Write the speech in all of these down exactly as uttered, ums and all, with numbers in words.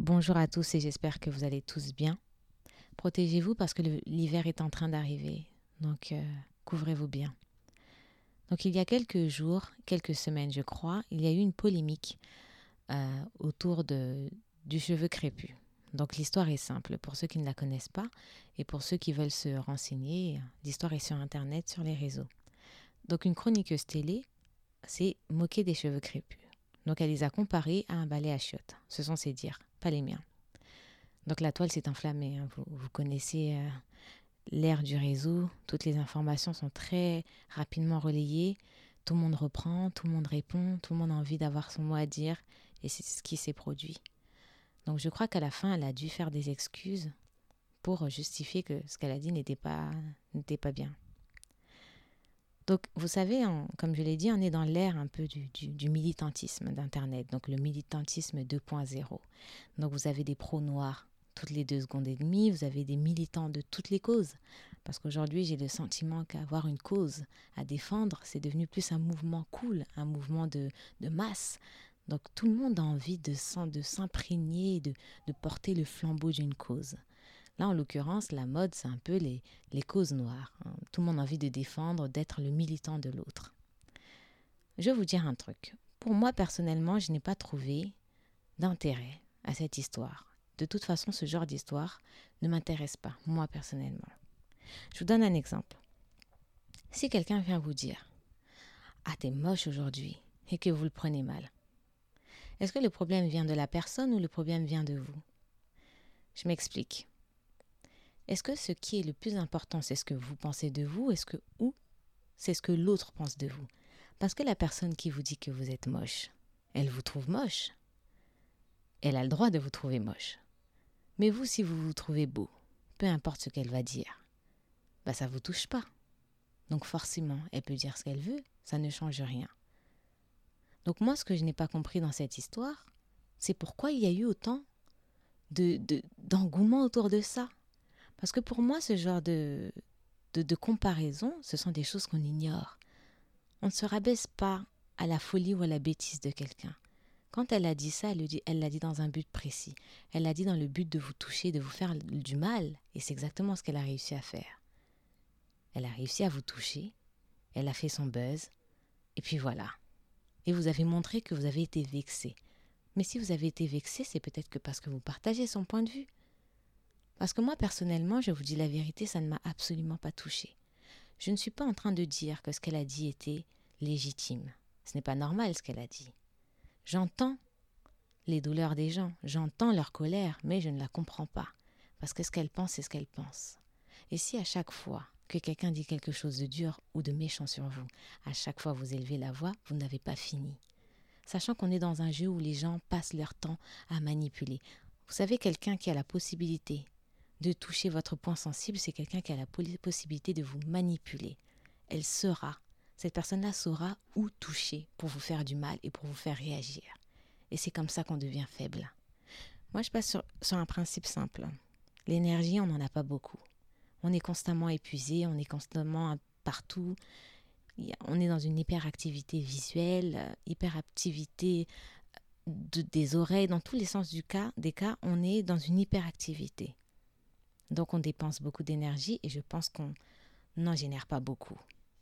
Bonjour à tous et j'espère que vous allez tous bien. Protégez-vous parce que le- l'hiver est en train d'arriver, donc euh, couvrez-vous bien. Donc il y a quelques jours, quelques semaines je crois, il y a eu une polémique euh, autour de, du cheveu crépus. Donc l'histoire est simple pour ceux qui ne la connaissent pas et pour ceux qui veulent se renseigner. L'histoire est sur Internet, sur les réseaux. Donc une chroniqueuse télé s'est moquée des cheveux crépus. Donc elle les a comparés à un balai à chiottes. Ce sont ses dires, pas les miens. Donc la toile s'est enflammée, hein. Vous, vous connaissez euh, l'ère du réseau, toutes les informations sont très rapidement relayées, tout le monde reprend, tout le monde répond, tout le monde a envie d'avoir son mot à dire et c'est ce qui s'est produit. Donc je crois qu'à la fin, elle a dû faire des excuses pour justifier que ce qu'elle a dit n'était pas, n'était pas bien. Donc vous savez, en- comme je l'ai dit, on est dans l'ère un peu du, du, du militantisme d'Internet, donc le militantisme deux point zéro. Donc vous avez des pros noirs toutes les deux secondes et demie, vous avez des militants de toutes les causes. Parce qu'aujourd'hui, j'ai le sentiment qu'avoir une cause à défendre, c'est devenu plus un mouvement cool, un mouvement de, de masse. Donc tout le monde a envie de, s'en- de s'imprégner, de, de porter le flambeau d'une cause. Là, en l'occurrence, la mode, c'est un peu les, les causes noires, hein. Tout le monde a envie de défendre, d'être le militant de l'autre. Je vais vous dire un truc. Pour moi, personnellement, je n'ai pas trouvé d'intérêt à cette histoire. De toute façon, ce genre d'histoire ne m'intéresse pas, moi personnellement. Je vous donne un exemple. Si quelqu'un vient vous dire « Ah, t'es moche aujourd'hui » et que vous le prenez mal, est-ce que le problème vient de la personne ou le problème vient de vous? Je m'explique. Est-ce que ce qui est le plus important, c'est ce que vous pensez de vous, est-ce que, ou c'est ce que l'autre pense de vous? Parce que la personne qui vous dit que vous êtes moche, elle vous trouve moche. Elle a le droit de vous trouver moche. Mais vous, si vous vous trouvez beau, peu importe ce qu'elle va dire, bah ça ne vous touche pas. Donc forcément, elle peut dire ce qu'elle veut, ça ne change rien. Donc moi, ce que je n'ai pas compris dans cette histoire, c'est pourquoi il y a eu autant de, de, d'engouement autour de ça. Parce que pour moi, ce genre de, de, de comparaison, ce sont des choses qu'on ignore. On ne se rabaisse pas à la folie ou à la bêtise de quelqu'un. Quand elle a dit ça, elle, le dit, elle l'a dit dans un but précis. Elle l'a dit dans le but de vous toucher, de vous faire du mal. Et c'est exactement ce qu'elle a réussi à faire. Elle a réussi à vous toucher, elle a fait son buzz, et puis voilà. Et vous avez montré que vous avez été vexé. Mais si vous avez été vexé, c'est peut-être que parce que vous partagez son point de vue. Parce que moi, personnellement, je vous dis la vérité, ça ne m'a absolument pas touché. Je ne suis pas en train de dire que ce qu'elle a dit était légitime. Ce n'est pas normal ce qu'elle a dit. J'entends les douleurs des gens, j'entends leur colère, mais je ne la comprends pas. Parce que ce qu'elle pense, c'est ce qu'elle pense. Et si à chaque fois que quelqu'un dit quelque chose de dur ou de méchant sur vous, à chaque fois vous élevez la voix, vous n'avez pas fini. Sachant qu'on est dans un jeu où les gens passent leur temps à manipuler. Vous savez, quelqu'un qui a la possibilité de toucher votre point sensible, c'est quelqu'un qui a la possibilité de vous manipuler. Elle saura, cette personne-là saura où toucher pour vous faire du mal et pour vous faire réagir. Et c'est comme ça qu'on devient faible. Moi, je passe sur, sur un principe simple. L'énergie, on n'en a pas beaucoup. On est constamment épuisé, on est constamment partout. On est dans une hyperactivité visuelle, euh, hyperactivité de, des oreilles, dans tous les sens du cas, des cas, on est dans une hyperactivité. Donc on dépense beaucoup d'énergie et je pense qu'on n'en génère pas beaucoup.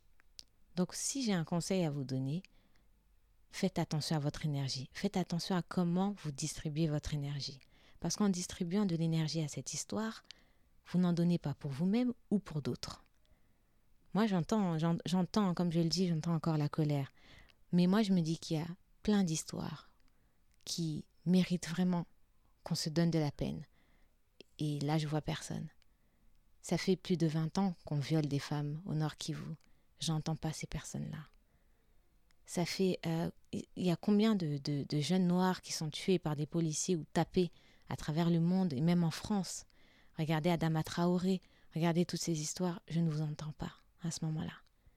Donc si j'ai un conseil à vous donner, faites attention à votre énergie. Faites attention à comment vous distribuez votre énergie. Parce qu'en distribuant de l'énergie à cette histoire, vous n'en donnez pas pour vous-même ou pour d'autres. Moi, j'entends, j'entends, comme je le dis, j'entends encore la colère. Mais moi, je me dis qu'il y a plein d'histoires qui méritent vraiment qu'on se donne de la peine. Et là, je vois personne. Ça fait plus de vingt ans qu'on viole des femmes au Nord Kivu. J'entends pas ces personnes-là. Ça fait... Euh, il y a combien de, de, de jeunes noirs qui sont tués par des policiers ou tapés à travers le monde et même en France. Regardez Adama Traoré, regardez toutes ces histoires. Je ne vous entends pas à ce moment-là.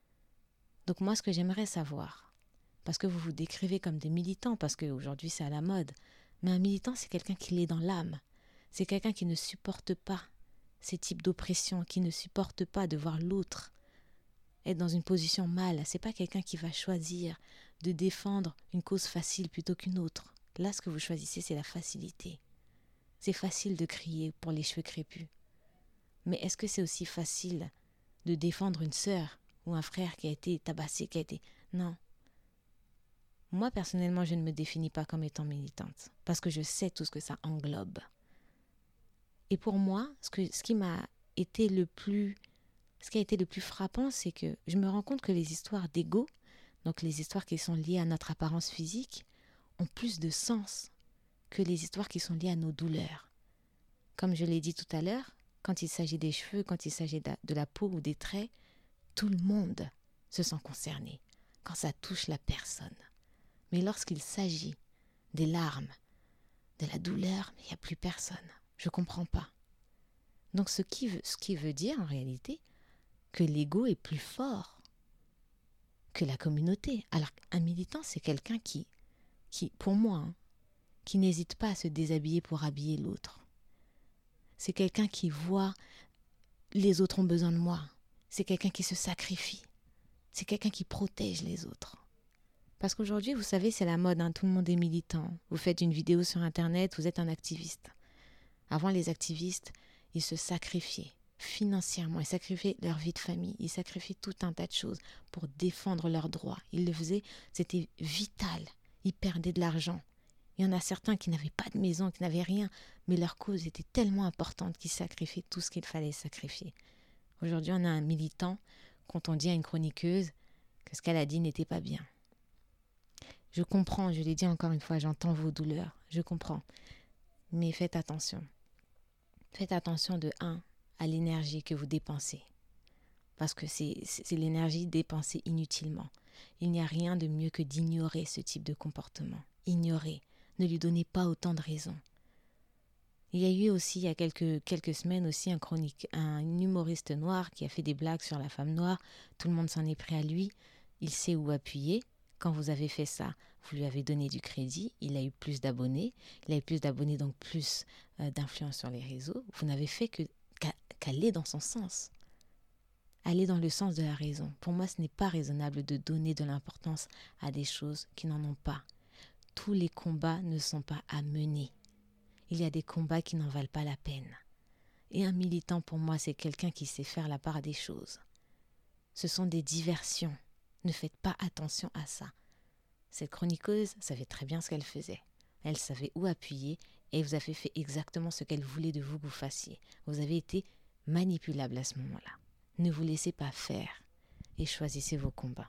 Donc moi, ce que j'aimerais savoir, parce que vous vous décrivez comme des militants, parce qu'aujourd'hui c'est à la mode, mais un militant, c'est quelqu'un qui l'est dans l'âme. C'est quelqu'un qui ne supporte pas ces types d'oppression, qui ne supporte pas de voir l'autre être dans une position mal. C'est pas quelqu'un qui va choisir de défendre une cause facile plutôt qu'une autre. Là, ce que vous choisissez, c'est la facilité. C'est facile de crier pour les cheveux crépus. Mais est-ce que c'est aussi facile de défendre une sœur ou un frère qui a été tabassé, qui a été... Non. Moi, personnellement, je ne me définis pas comme étant militante parce que je sais tout ce que ça englobe. Et pour moi, ce, que, ce qui m'a été le plus... Ce qui a été le plus frappant, c'est que je me rends compte que les histoires d'ego, donc les histoires qui sont liées à notre apparence physique, ont plus de sens que les histoires qui sont liées à nos douleurs. Comme je l'ai dit tout à l'heure, quand il s'agit des cheveux, quand il s'agit de la peau ou des traits, tout le monde se sent concerné quand ça touche la personne. Mais lorsqu'il s'agit des larmes, de la douleur, il n'y a plus personne. Je ne comprends pas. Donc ce qui veut, ce qui veut dire en réalité que l'ego est plus fort que la communauté. Alors un militant, c'est quelqu'un qui, qui pour moi, hein, qui n'hésite pas à se déshabiller pour habiller l'autre. C'est quelqu'un qui voit les autres ont besoin de moi. C'est quelqu'un qui se sacrifie. C'est quelqu'un qui protège les autres. Parce qu'aujourd'hui, vous savez, c'est la mode, hein, tout le monde est militant. Vous faites une vidéo sur Internet, vous êtes un activiste. Avant, les activistes, ils se sacrifiaient financièrement, ils sacrifiaient leur vie de famille, ils sacrifiaient tout un tas de choses pour défendre leurs droits. Ils le faisaient, c'était vital. Ils perdaient de l'argent. Il y en a certains qui n'avaient pas de maison, qui n'avaient rien, mais leur cause était tellement importante qu'ils sacrifiaient tout ce qu'il fallait sacrifier. Aujourd'hui, on a un militant, quand on dit à une chroniqueuse que ce qu'elle a dit n'était pas bien. Je comprends, je l'ai dit encore une fois, j'entends vos douleurs, je comprends. Mais faites attention. Faites attention de un, à l'énergie que vous dépensez. Parce que c'est, c'est l'énergie dépensée inutilement. Il n'y a rien de mieux que d'ignorer ce type de comportement. Ignorer. Ne lui donnez pas autant de raisons. Il y a eu aussi, il y a quelques, quelques semaines aussi, un, chronique, un humoriste noir qui a fait des blagues sur la femme noire. Tout le monde s'en est pris à lui. Il sait où appuyer. Quand vous avez fait ça, vous lui avez donné du crédit. Il a eu plus d'abonnés. Il a eu plus d'abonnés, donc plus euh, d'influence sur les réseaux. Vous n'avez fait que, qu'à, qu'aller dans son sens. Aller dans le sens de la raison. Pour moi, ce n'est pas raisonnable de donner de l'importance à des choses qui n'en ont pas. Tous les combats ne sont pas à mener. Il y a des combats qui n'en valent pas la peine. Et un militant, pour moi, c'est quelqu'un qui sait faire la part des choses. Ce sont des diversions. Ne faites pas attention à ça. Cette chroniqueuse savait très bien ce qu'elle faisait. Elle savait où appuyer et vous avez fait exactement ce qu'elle voulait de vous que vous fassiez. Vous avez été manipulable à ce moment-là. Ne vous laissez pas faire et choisissez vos combats.